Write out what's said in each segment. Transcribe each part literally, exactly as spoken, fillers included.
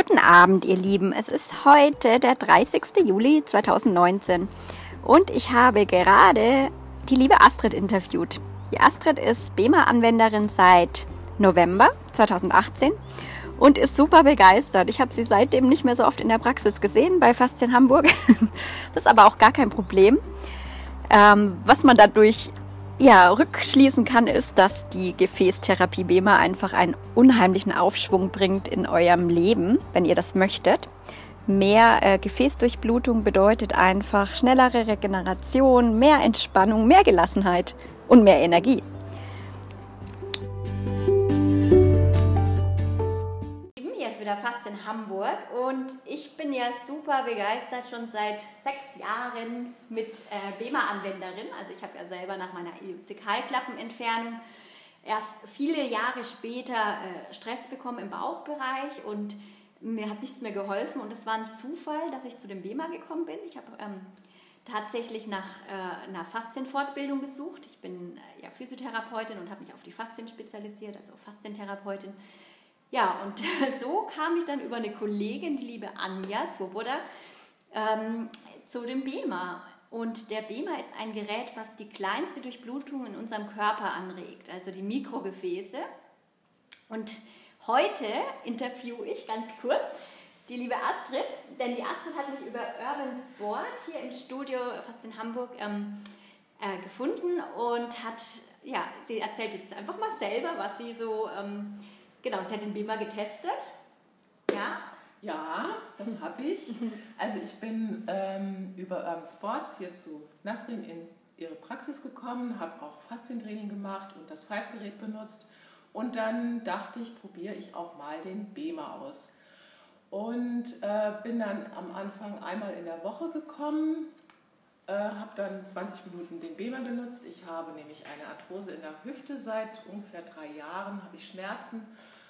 Guten Abend, ihr Lieben. Es ist heute der dreißigste Juli zweitausendneunzehn und ich habe gerade die liebe Astrid interviewt. Die Astrid ist B E M A-Anwenderin seit November zweitausendachtzehn und ist super begeistert. Ich habe sie seitdem nicht mehr so oft in der Praxis gesehen bei Faszien Hamburg. Das ist aber auch gar kein Problem. Ähm, was man dadurch ja, rückschließen kann, ist, dass die Gefäßtherapie B E M A einfach einen unheimlichen Aufschwung bringt in eurem Leben, wenn ihr das möchtet. Mehr äh, Gefäßdurchblutung bedeutet einfach schnellere Regeneration, mehr Entspannung, mehr Gelassenheit und mehr Energie. Hier ist wieder Faszien Hamburg und ich bin ja super begeistert, schon seit sechs Jahren mit äh, B E M A-Anwenderin. Also ich habe ja selber nach meiner Ileozekalklappenentfernung erst viele Jahre später äh, Stress bekommen im Bauchbereich und mir hat nichts mehr geholfen und es war ein Zufall, dass ich zu dem B E M A gekommen bin. Ich habe ähm, tatsächlich nach äh, einer Faszienfortbildung gesucht. Ich bin äh, ja Physiotherapeutin und habe mich auf die Faszien spezialisiert, also Faszientherapeutin. Ja, und so kam ich dann über eine Kollegin, die liebe Anja Swoboda, ähm, zu dem B E M A. Und der B E M A ist ein Gerät, was die kleinste Durchblutung in unserem Körper anregt, also die Mikrogefäße. Und heute interviewe ich ganz kurz die liebe Astrid, denn die Astrid hat mich über Urban Sport hier im Studio fast in Hamburg ähm, äh, gefunden und hat, ja, sie erzählt jetzt einfach mal selber, was sie so... Ähm, Genau, sie hat den B E M A getestet. Ja? Ja, das habe ich. Also ich bin ähm, über Urban Sports hier zu Nasrin in ihre Praxis gekommen, habe auch Faszientraining gemacht und das Pfeifgerät benutzt. Und dann dachte ich, probiere ich auch mal den B E M A aus. Und äh, bin dann am Anfang einmal in der Woche gekommen, äh, habe dann zwanzig Minuten den B E M A genutzt. Ich habe nämlich eine Arthrose in der Hüfte, seit ungefähr drei Jahren habe ich Schmerzen.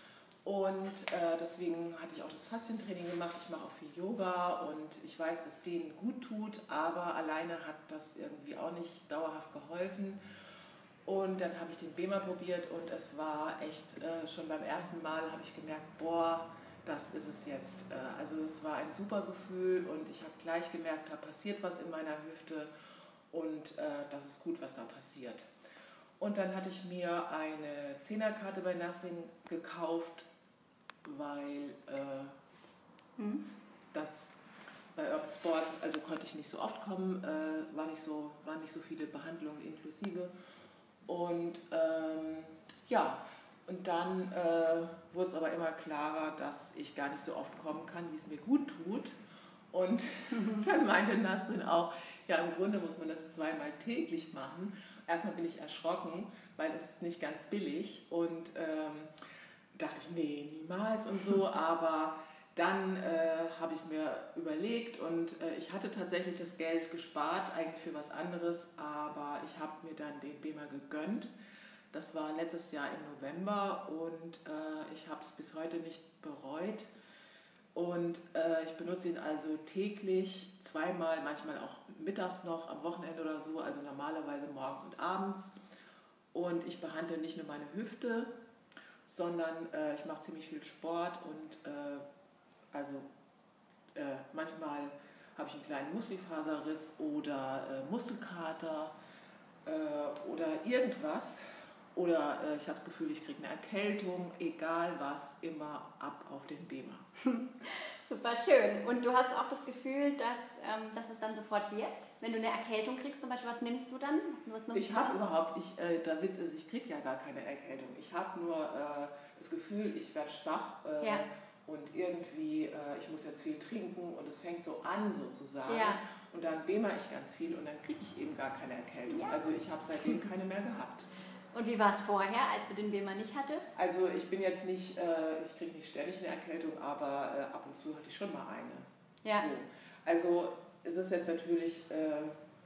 Und äh, deswegen hatte ich auch das Faszientraining gemacht. Ich mache auch viel Yoga und ich weiß, dass es denen gut tut, aber alleine hat das irgendwie auch nicht dauerhaft geholfen. Und dann habe ich den B E M A probiert und es war echt, äh, schon beim ersten Mal habe ich gemerkt, boah, das ist es jetzt. Äh, also es war ein super Gefühl und ich habe gleich gemerkt, da passiert was in meiner Hüfte und äh, das ist gut, was da passiert. Und dann hatte ich mir eine Zehnerkarte bei Nasrin gekauft, weil äh, hm. das bei Urban Sports, also konnte ich nicht so oft kommen, äh, war nicht so, waren nicht so viele Behandlungen inklusive. Und ähm, ja, und dann äh, wurde es aber immer klarer, dass ich gar nicht so oft kommen kann, wie es mir gut tut. Und dann meinte Nasrin auch, ja, im Grunde muss man das zweimal täglich machen. Erstmal bin ich erschrocken, weil es ist nicht ganz billig und ähm, dachte ich, nee, niemals und so, aber dann äh, habe ich es mir überlegt und äh, ich hatte tatsächlich das Geld gespart, eigentlich für was anderes, aber ich habe mir dann den B E M A gegönnt. Das war letztes Jahr im November und äh, ich habe es bis heute nicht bereut. Und äh, ich benutze ihn also täglich, zweimal, manchmal auch mittags noch, am Wochenende oder so, also normalerweise morgens und abends. Und ich behandle nicht nur meine Hüfte, sondern äh, ich mache ziemlich viel Sport und äh, also äh, manchmal habe ich einen kleinen Muskelfaserriss oder äh, Muskelkater äh, oder irgendwas. Oder äh, ich habe das Gefühl, ich kriege eine Erkältung, egal was, immer ab auf den B E M A. Super schön. Und du hast auch das Gefühl, dass, ähm, dass es dann sofort wirkt? Wenn du eine Erkältung kriegst zum Beispiel, was nimmst du dann? Was, was ich habe überhaupt, ich, äh, der Witz ist, ich kriege ja gar keine Erkältung. Ich habe nur äh, das Gefühl, ich werde schwach äh, ja. und irgendwie, äh, ich muss jetzt viel trinken und es fängt so an sozusagen. Ja. Und dann B E M A ich ganz viel und dann kriege ich eben gar keine Erkältung. Ja. Also ich habe seitdem keine mehr gehabt. Und wie war es vorher, als du den B E M A nicht hattest? Also ich bin jetzt nicht, äh, ich kriege nicht ständig eine Erkältung, aber äh, ab und zu hatte ich schon mal eine. Ja. So. Also es ist jetzt natürlich, äh,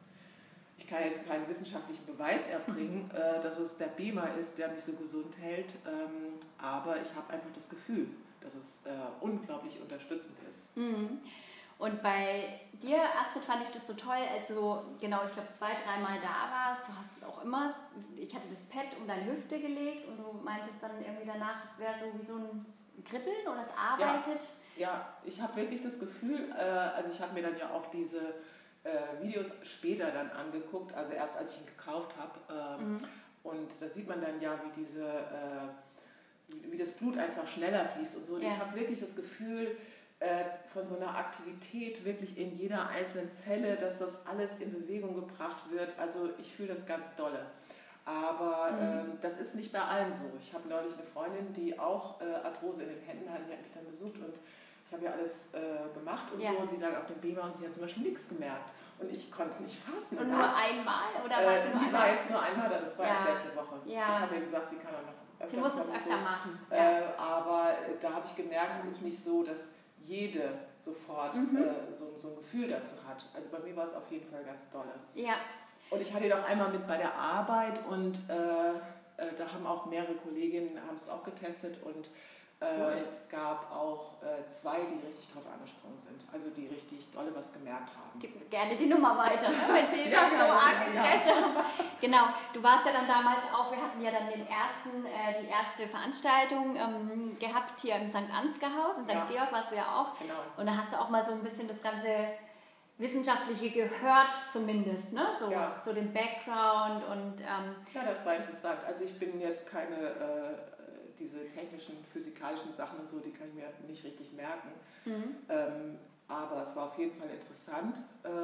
ich kann jetzt keinen wissenschaftlichen Beweis erbringen, äh, dass es der B E M A ist, der mich so gesund hält, ähm, aber ich habe einfach das Gefühl, dass es äh, unglaublich unterstützend ist. Mhm. Und bei dir, Astrid, fand ich das so toll, als du, genau, ich glaube, zwei, dreimal da warst. Du hast es auch immer, ich hatte das Pad um deine Hüfte gelegt und du meintest dann irgendwie danach, das wäre so wie so ein kribbeln oder es arbeitet? Ja, ja, ich habe wirklich das Gefühl, äh, also ich habe mir dann ja auch diese äh, Videos später dann angeguckt, also erst als ich ihn gekauft habe. Äh, mhm. Und da sieht man dann ja, wie diese, äh, wie, wie das Blut einfach schneller fließt und so. Und ja. ich habe wirklich das Gefühl, äh, von so einer Aktivität wirklich in jeder einzelnen Zelle, dass das alles in Bewegung gebracht wird. Also ich fühle das ganz dolle. Aber mhm. ähm, das ist nicht bei allen so. Ich habe neulich eine Freundin, die auch äh, Arthrose in den Händen hat, die hat mich dann besucht und ich habe ja alles äh, gemacht und ja. so und sie lag auf dem Bema und sie hat zum Beispiel nichts gemerkt. Und ich konnte es nicht fassen. Und nur einmal? Oder war äh, sie nur die einmal? war jetzt nur einmal da, das war ja. erst letzte Woche. Ja. Ich habe ihr gesagt, sie kann auch noch öfter Sie muss es öfter so. machen. Ja. Äh, aber äh, da habe ich gemerkt, es ist nicht so, dass jede sofort mhm. äh, so, so ein Gefühl dazu hat. Also bei mir war es auf jeden Fall ganz dolle. Ja. Und ich hatte ihn auch einmal mit bei der Arbeit und äh, äh, da haben auch mehrere Kolleginnen haben es auch getestet und äh, es gab auch äh, zwei, die richtig drauf angesprungen sind, also die richtig dolle was gemerkt haben. Gib gerne die Nummer weiter, ne? Wenn sie ja, da so arg Interesse ja. haben. Genau, du warst ja dann damals auch, wir hatten ja dann den ersten, äh, die erste Veranstaltung ähm, gehabt hier im Sankt Ansgar Haus, in Sankt Ja. Georg warst du ja auch. Genau. Und da hast du auch mal so ein bisschen das ganze Wissenschaftliche gehört zumindest, ne? So, ja. so den Background und... Ähm, ja, das war interessant. Also ich bin jetzt keine... Äh, diese technischen, physikalischen Sachen und so, die kann ich mir nicht richtig merken. Mhm. Ähm, aber es war auf jeden Fall interessant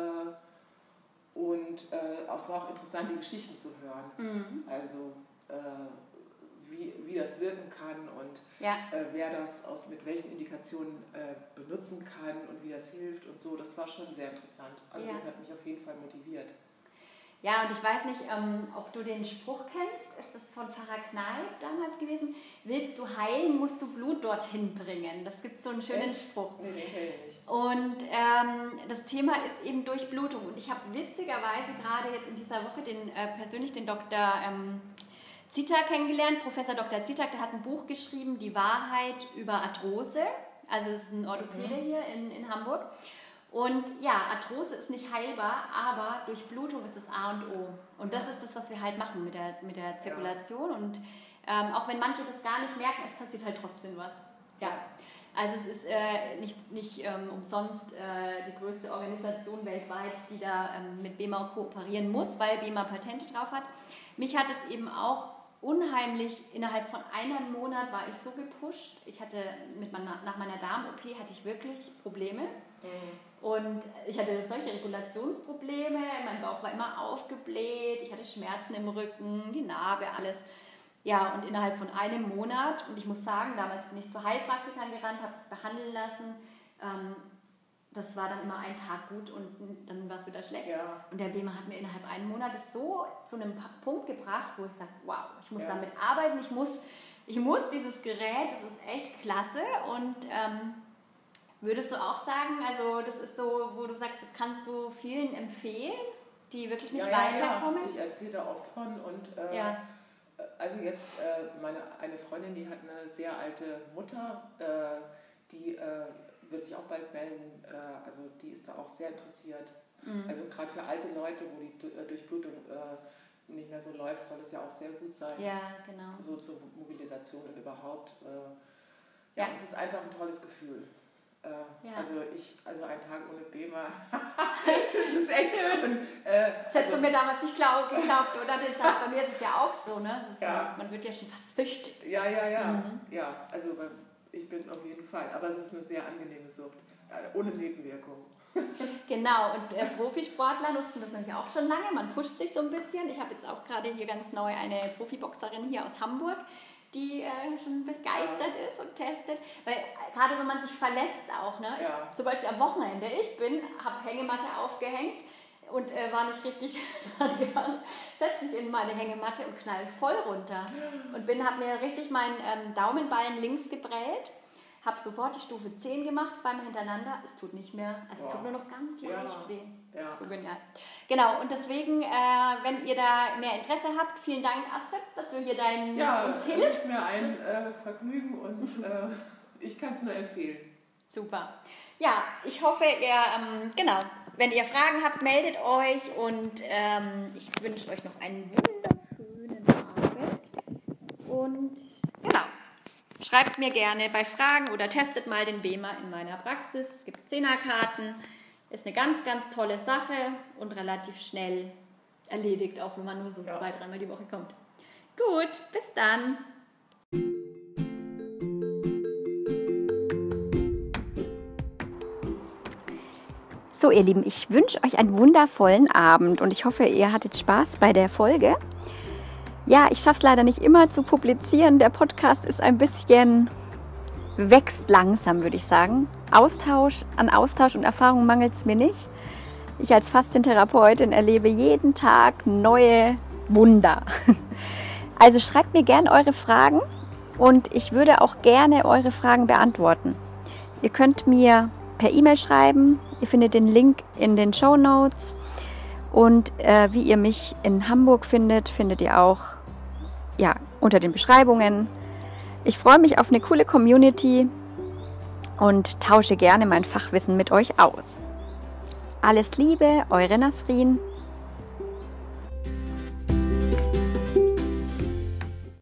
äh, und äh, es war auch interessant, die Geschichten zu hören. Mhm. Also äh, wie, wie das wirken kann und ja. äh, wer das aus, mit welchen Indikationen äh, benutzen kann und wie das hilft und so. Das war schon sehr interessant. Also ja. das hat mich auf jeden Fall motiviert. Ja, und ich weiß nicht, ähm, ob du den Spruch kennst, ist das von Pfarrer Kneipp damals gewesen? Willst du heilen, musst du Blut dorthin bringen. Das gibt so einen schönen Echt? Spruch. Nee, den kenn ich nicht. Und ähm, das Thema ist eben Durchblutung. Und ich habe witzigerweise gerade jetzt in dieser Woche den, äh, persönlich den Doktor ähm, Zitak kennengelernt. Professor Doktor Zitak, der hat ein Buch geschrieben, Die Wahrheit über Arthrose. Also es ist ein Orthopäde mhm. hier in, in Hamburg. Und ja, Arthrose ist nicht heilbar, aber Durchblutung ist das A und O. Und das ist das, was wir halt machen mit der, mit der Zirkulation. Ja. Und ähm, auch wenn manche das gar nicht merken, es passiert halt trotzdem was. Ja. Also es ist äh, nicht, nicht ähm, umsonst äh, die größte Organisation weltweit, die da ähm, mit B E M A kooperieren muss, weil B E M A Patente drauf hat. Mich hat es eben auch unheimlich, innerhalb von einem Monat war ich so gepusht. Ich hatte mit meiner, nach meiner Darm-O P hatte ich wirklich Probleme. Mhm. Und ich hatte solche Regulationsprobleme, mein Bauch war immer aufgebläht, ich hatte Schmerzen im Rücken, die Narbe, alles. Ja, und innerhalb von einem Monat, und ich muss sagen, damals bin ich zu Heilpraktikern gerannt, habe das behandeln lassen. Ähm, das war dann immer ein Tag gut und dann war es wieder schlecht. Ja. Und der B E M A hat mir innerhalb einem Monat so zu einem Punkt gebracht, wo ich sage, wow, ich muss ja. damit arbeiten, ich muss, ich muss dieses Gerät, das ist echt klasse. Und ähm, würdest du auch sagen, also das ist so, wo du sagst, das kannst du vielen empfehlen, die wirklich nicht ja, weiterkommen? Ja, ich erzähle da oft von und äh, ja. also jetzt äh, meine eine Freundin, die hat eine sehr alte Mutter, äh, die äh, wird sich auch bald melden, äh, also die ist da auch sehr interessiert. Mhm. Also gerade für alte Leute, wo die du- Durchblutung äh, nicht mehr so läuft, soll es ja auch sehr gut sein. Ja, genau. So zur Mobilisation und überhaupt. Äh, ja, ja, es ist einfach ein tolles Gefühl. Äh, ja. Also ich, also ein Tag ohne B E M A, das ist echt schön. Und, äh, das hättest also, du mir damals nicht glaub, geglaubt, oder? Das heißt, bei mir ist es ja auch so, ne? Ja. So, man wird ja schon fast süchtig. Ja, ja, ja. Mhm. Ja, also ich bin es auf jeden Fall. Aber es ist eine sehr angenehme Sucht, ohne Nebenwirkungen. Genau, und äh, Profisportler nutzen das nämlich auch schon lange. Man pusht sich so ein bisschen. Ich habe jetzt auch gerade hier ganz neu eine Profiboxerin hier aus Hamburg, die äh, schon begeistert ja. ist und testet. Weil gerade wenn man sich verletzt auch, ne? Ja. Ich, zum Beispiel am Wochenende, ich bin, habe Hängematte aufgehängt und äh, war nicht richtig dran. Setze mich in meine Hängematte und knall voll runter. Und bin, habe mir richtig meinen ähm, Daumenballen links geprellt. Habe sofort die Stufe zehn gemacht, zweimal hintereinander. Es tut nicht mehr, also wow. es tut nur noch ganz leicht ja. weh. Ja. So genial. Genau, und deswegen, äh, wenn ihr da mehr Interesse habt, vielen Dank, Astrid, dass du hier dein, ja, uns hilfst. Ja, es ist mir ein äh, Vergnügen und äh, ich kann es nur empfehlen. Super. Ja, ich hoffe, ihr, ähm, genau, wenn ihr Fragen habt, meldet euch und ähm, ich wünsche euch noch einen wunderschönen Abend und genau. schreibt mir gerne bei Fragen oder testet mal den BEMA in meiner Praxis. Es gibt Zehnerkarten, ist eine ganz, ganz tolle Sache und relativ schnell erledigt, auch wenn man nur so ja. zwei, dreimal die Woche kommt. Gut, bis dann. So, ihr Lieben, ich wünsche euch einen wundervollen Abend und ich hoffe, ihr hattet Spaß bei der Folge. Ja, ich schaffe es leider nicht immer zu publizieren. Der Podcast ist ein bisschen, wächst langsam, würde ich sagen. Austausch, an Austausch und Erfahrung mangelt es mir nicht. Ich als Faszientherapeutin erlebe jeden Tag neue Wunder. Also schreibt mir gerne eure Fragen und ich würde auch gerne eure Fragen beantworten. Ihr könnt mir per E-Mail schreiben. Ihr findet den Link in den Shownotes. Und äh, wie ihr mich in Hamburg findet, findet ihr auch ja, unter den Beschreibungen. Ich freue mich auf eine coole Community und tausche gerne mein Fachwissen mit euch aus. Alles Liebe, eure Nasrin.